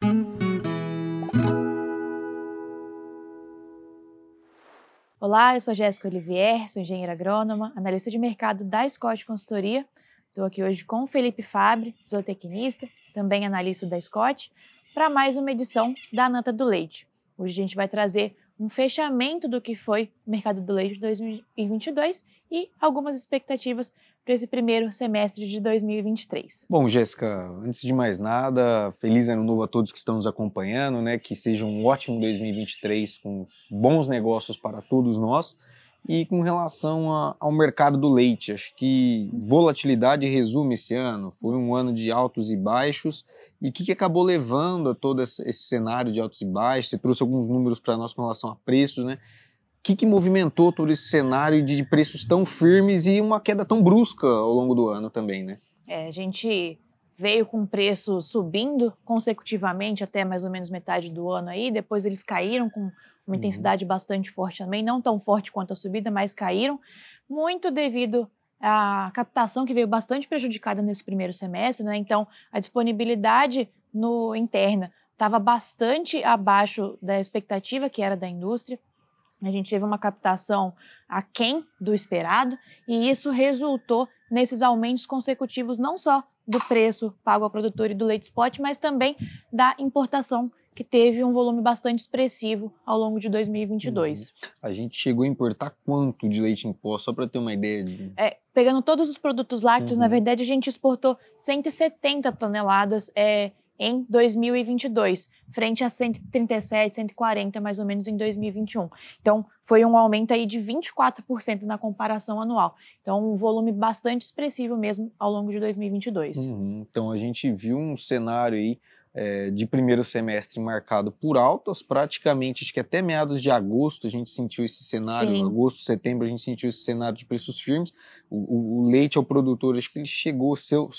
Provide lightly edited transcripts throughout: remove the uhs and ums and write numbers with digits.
Olá, eu sou Jéssica Olivier, sou engenheira agrônoma, analista de mercado da Scott Consultoria. Estou aqui hoje com o Felipe Fabre, zootecnista, também analista da Scott, para mais uma edição da Nata do Leite. Hoje a gente vai trazer um fechamento do que foi o mercado do leite de 2022 e algumas expectativas para esse primeiro semestre de 2023. Bom, Jéssica, antes de mais nada, feliz ano novo a todos que estão nos acompanhando, né? Que seja um ótimo 2023 com bons negócios para todos nós. E com relação ao mercado do leite, acho que volatilidade resume esse ano, foi um ano de altos e baixos. E o que acabou levando a todo esse cenário de altos e baixos? Você trouxe alguns números para nós com relação a preços, né? O que movimentou todo esse cenário de preços tão firmes e uma queda tão brusca ao longo do ano também, né? A gente veio com preço subindo consecutivamente até mais ou menos metade do ano aí, depois eles caíram com uma intensidade bastante forte também, não tão forte quanto a subida, mas caíram, muito devido à captação que veio bastante prejudicada nesse primeiro semestre, né? Então a disponibilidade interna estava bastante abaixo da expectativa que era da indústria. A gente teve uma captação aquém do esperado e isso resultou nesses aumentos consecutivos não só do preço pago ao produtor e do leite spot, mas também da importação, que teve um volume bastante expressivo ao longo de 2022. A gente chegou a importar quanto de leite em pó, só para ter uma ideia? Pegando todos os produtos lácteos, na verdade a gente exportou 170 toneladas em 2022, frente a 137, 140 mais ou menos em 2021. Então, foi um aumento aí de 24% na comparação anual. Então, um volume bastante expressivo mesmo ao longo de 2022. Então, a gente viu um cenário aí de primeiro semestre marcado por altas, praticamente, acho que até meados de agosto a gente sentiu esse cenário, Sim. Agosto, setembro a gente sentiu esse cenário de preços firmes. O leite ao produtor, acho que ele chegou,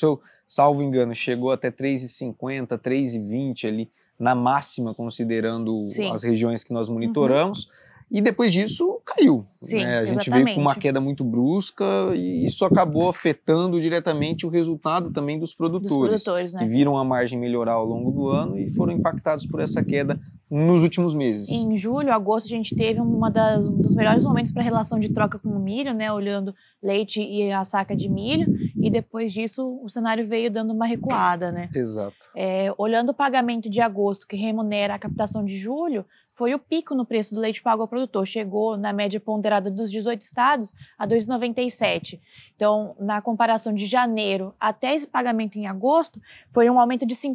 salvo engano, chegou até 3,50, 3,20 ali, na máxima, considerando as regiões que nós monitoramos. E depois disso caiu. Sim, né? A gente exatamente. veio com uma queda muito brusca e isso acabou afetando diretamente o resultado também dos produtores, né? que viram a margem melhorar ao longo do ano e foram impactados por essa queda nos últimos meses. Em julho, agosto, a gente teve um dos melhores momentos para a relação de troca com o milho, né? Olhando leite e a saca de milho, e depois disso o cenário veio dando uma recuada, né? Exato. Olhando o pagamento de agosto, que remunera a captação de julho, foi o pico no preço do leite pago ao produtor. Chegou na média ponderada dos 18 estados a 2,97. Então, na comparação de janeiro até esse pagamento em agosto, foi um aumento de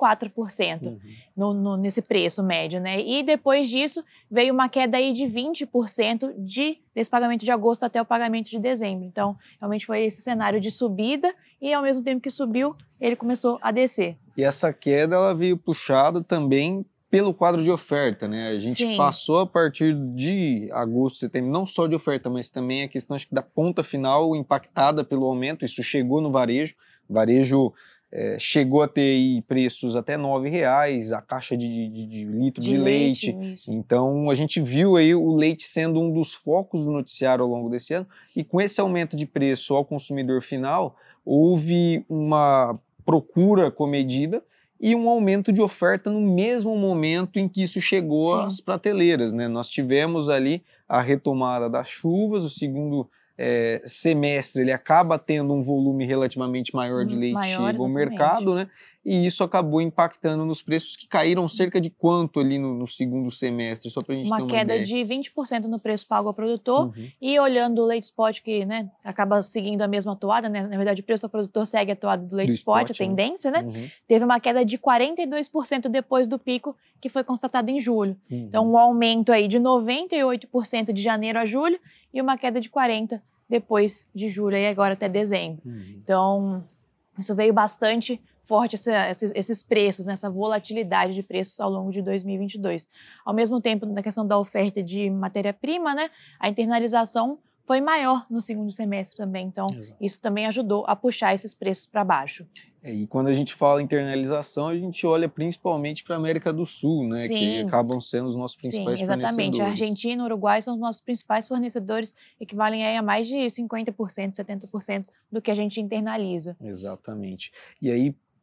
54% nesse preço médio, né? E depois disso, veio uma queda aí de 20% desse pagamento de agosto até o pagamento de dezembro. Então, realmente foi esse cenário de subida e, ao mesmo tempo que subiu, ele começou a descer. E essa queda ela veio puxada também pelo quadro de oferta, né? A gente passou a partir de agosto, setembro, não só de oferta, mas também a questão, acho que da ponta final impactada pelo aumento. Isso chegou no varejo. O varejo chegou a ter aí preços até R$9 a caixa de litro de leite. Então a gente viu aí o leite sendo um dos focos do noticiário ao longo desse ano. E com esse aumento de preço ao consumidor final, houve uma procura comedida e um aumento de oferta no mesmo momento em que isso chegou às prateleiras, né? Nós tivemos ali a retomada das chuvas, o segundo semestre ele acaba tendo um volume relativamente maior de leite chega ao mercado, né? E isso acabou impactando nos preços, que caíram cerca de quanto ali no segundo semestre, só para a gente ter uma ideia. Uma queda de 20% no preço pago ao produtor, e olhando o leite spot, que né, acaba seguindo a mesma toada, né? Na verdade o preço ao produtor segue a toada do leite spot, a tendência, né? Teve uma queda de 42% depois do pico que foi constatado em julho. Então um aumento aí de 98% de janeiro a julho e uma queda de 40% depois de julho e agora até dezembro. Então isso veio bastante forte, esses preços, né, essa volatilidade de preços ao longo de 2022. Ao mesmo tempo, na questão da oferta de matéria-prima, né, a internalização foi maior no segundo semestre também, então isso também ajudou a puxar esses preços para baixo. E quando a gente fala internalização, a gente olha principalmente para a América do Sul, né, que acabam sendo os nossos principais fornecedores. Exatamente. A Argentina e o Uruguai são os nossos principais fornecedores, equivalem aí a mais de 50%, 70% do que a gente internaliza. Exatamente. E aí,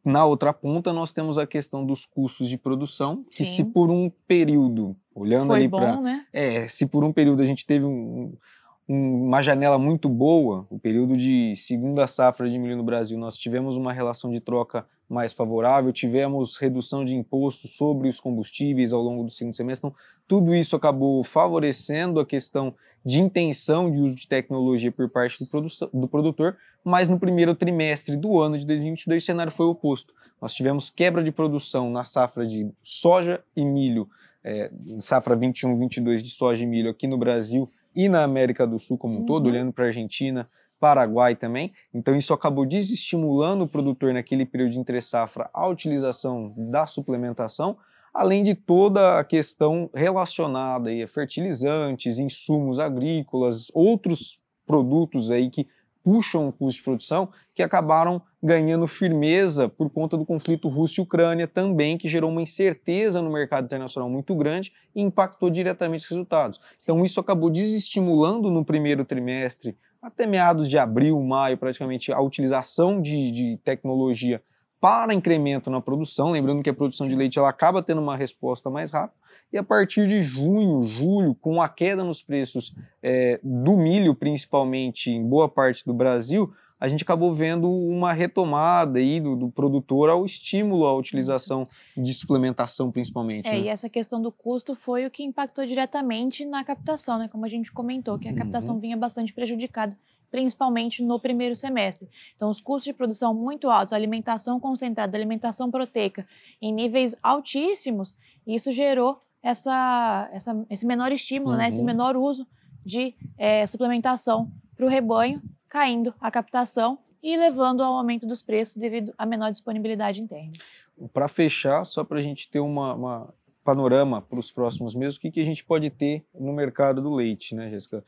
na outra ponta, nós temos a questão dos custos de produção, que Sim. se por um período, olhando Foi ali bom, para... né? se por um período a gente teve uma janela muito boa, o período de segunda safra de milho no Brasil, nós tivemos uma relação de troca mais favorável, tivemos redução de impostos sobre os combustíveis ao longo do segundo semestre, então tudo isso acabou favorecendo a questão de intenção de uso de tecnologia por parte do produtor, mas no primeiro trimestre do ano de 2022 o cenário foi o oposto. Nós tivemos quebra de produção na safra de soja e milho, safra 21-22 de soja e milho aqui no Brasil e na América do Sul como um todo, olhando para a Argentina, Paraguai também. Então isso acabou desestimulando o produtor naquele período de entre-safra a utilização da suplementação, além de toda a questão relacionada aí a fertilizantes, insumos agrícolas, outros produtos aí que puxam o custo de produção, que acabaram ganhando firmeza por conta do conflito Rússia e Ucrânia também, que gerou uma incerteza no mercado internacional muito grande e impactou diretamente os resultados. Então isso acabou desestimulando no primeiro trimestre, até meados de abril, maio, praticamente, a utilização de tecnologia para incremento na produção, lembrando que a produção de leite ela acaba tendo uma resposta mais rápida, e a partir de junho, julho, com a queda nos preços do milho, principalmente em boa parte do Brasil, a gente acabou vendo uma retomada aí do produtor ao estímulo à utilização de suplementação, principalmente. E essa questão do custo foi o que impactou diretamente na captação, né? Como a gente comentou, que a captação vinha bastante prejudicada, principalmente no primeiro semestre. Então, os custos de produção muito altos, alimentação concentrada, alimentação proteica em níveis altíssimos, isso gerou esse menor estímulo, né? Esse menor uso de suplementação para o rebanho, caindo a captação e levando ao aumento dos preços devido à menor disponibilidade interna. Para fechar, só para a gente ter uma panorama para os próximos meses, o que a gente pode ter no mercado do leite, né, Jéssica?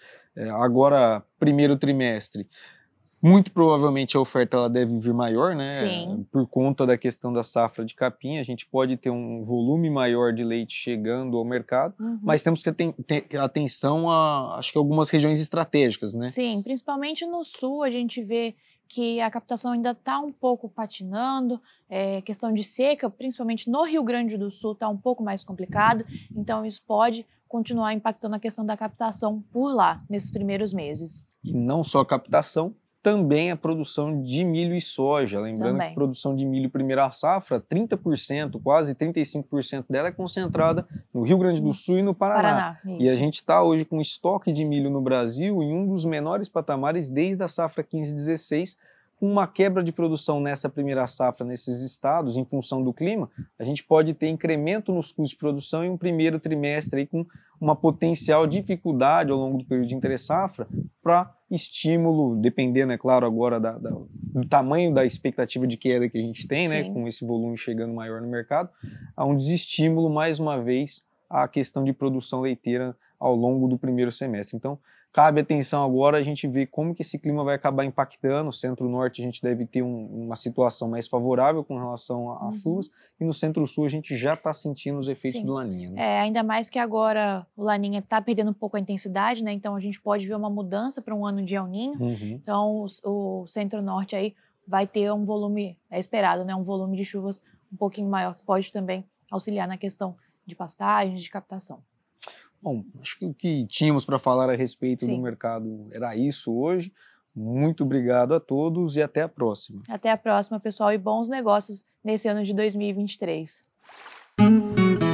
Agora, primeiro trimestre, muito provavelmente a oferta ela deve vir maior, né? Sim. Por conta da questão da safra de capim, a gente pode ter um volume maior de leite chegando ao mercado, mas temos que ter atenção a, acho que algumas regiões estratégicas, né? Sim, principalmente no sul a gente vê que a captação ainda está um pouco patinando, questão de seca, principalmente no Rio Grande do Sul, está um pouco mais complicado, então isso pode continuar impactando a questão da captação por lá, nesses primeiros meses. E não só a captação, também a produção de milho e soja. Lembrando que a produção de milho primeira safra, 30%, quase 35% dela é concentrada no Rio Grande do Sul e no Paraná. E a gente está hoje com estoque de milho no Brasil em um dos menores patamares desde a safra 15-16, com uma quebra de produção nessa primeira safra nesses estados, em função do clima, a gente pode ter incremento nos custos de produção em um primeiro trimestre aí, com uma potencial dificuldade ao longo do período de entre-safra para estímulo, dependendo, é claro, agora do tamanho da expectativa de queda que a gente tem, né, com esse volume chegando maior no mercado, há um desestímulo, mais uma vez, à questão de produção leiteira ao longo do primeiro semestre. Então, cabe atenção agora a gente ver como que esse clima vai acabar impactando. O centro-norte a gente deve ter uma situação mais favorável com relação às chuvas, e no centro-sul a gente já está sentindo os efeitos do Laninha. Né? Ainda mais que agora o Laninha está perdendo um pouco a intensidade, né? Então a gente pode ver uma mudança para um ano de El Niño. Então o centro-norte aí vai ter um volume, esperado, né? Um volume de chuvas um pouquinho maior, que pode também auxiliar na questão de pastagens, de captação. Bom, acho que o que tínhamos para falar a respeito do mercado era isso hoje. Muito obrigado a todos e até a próxima. Até a próxima, pessoal, e bons negócios nesse ano de 2023.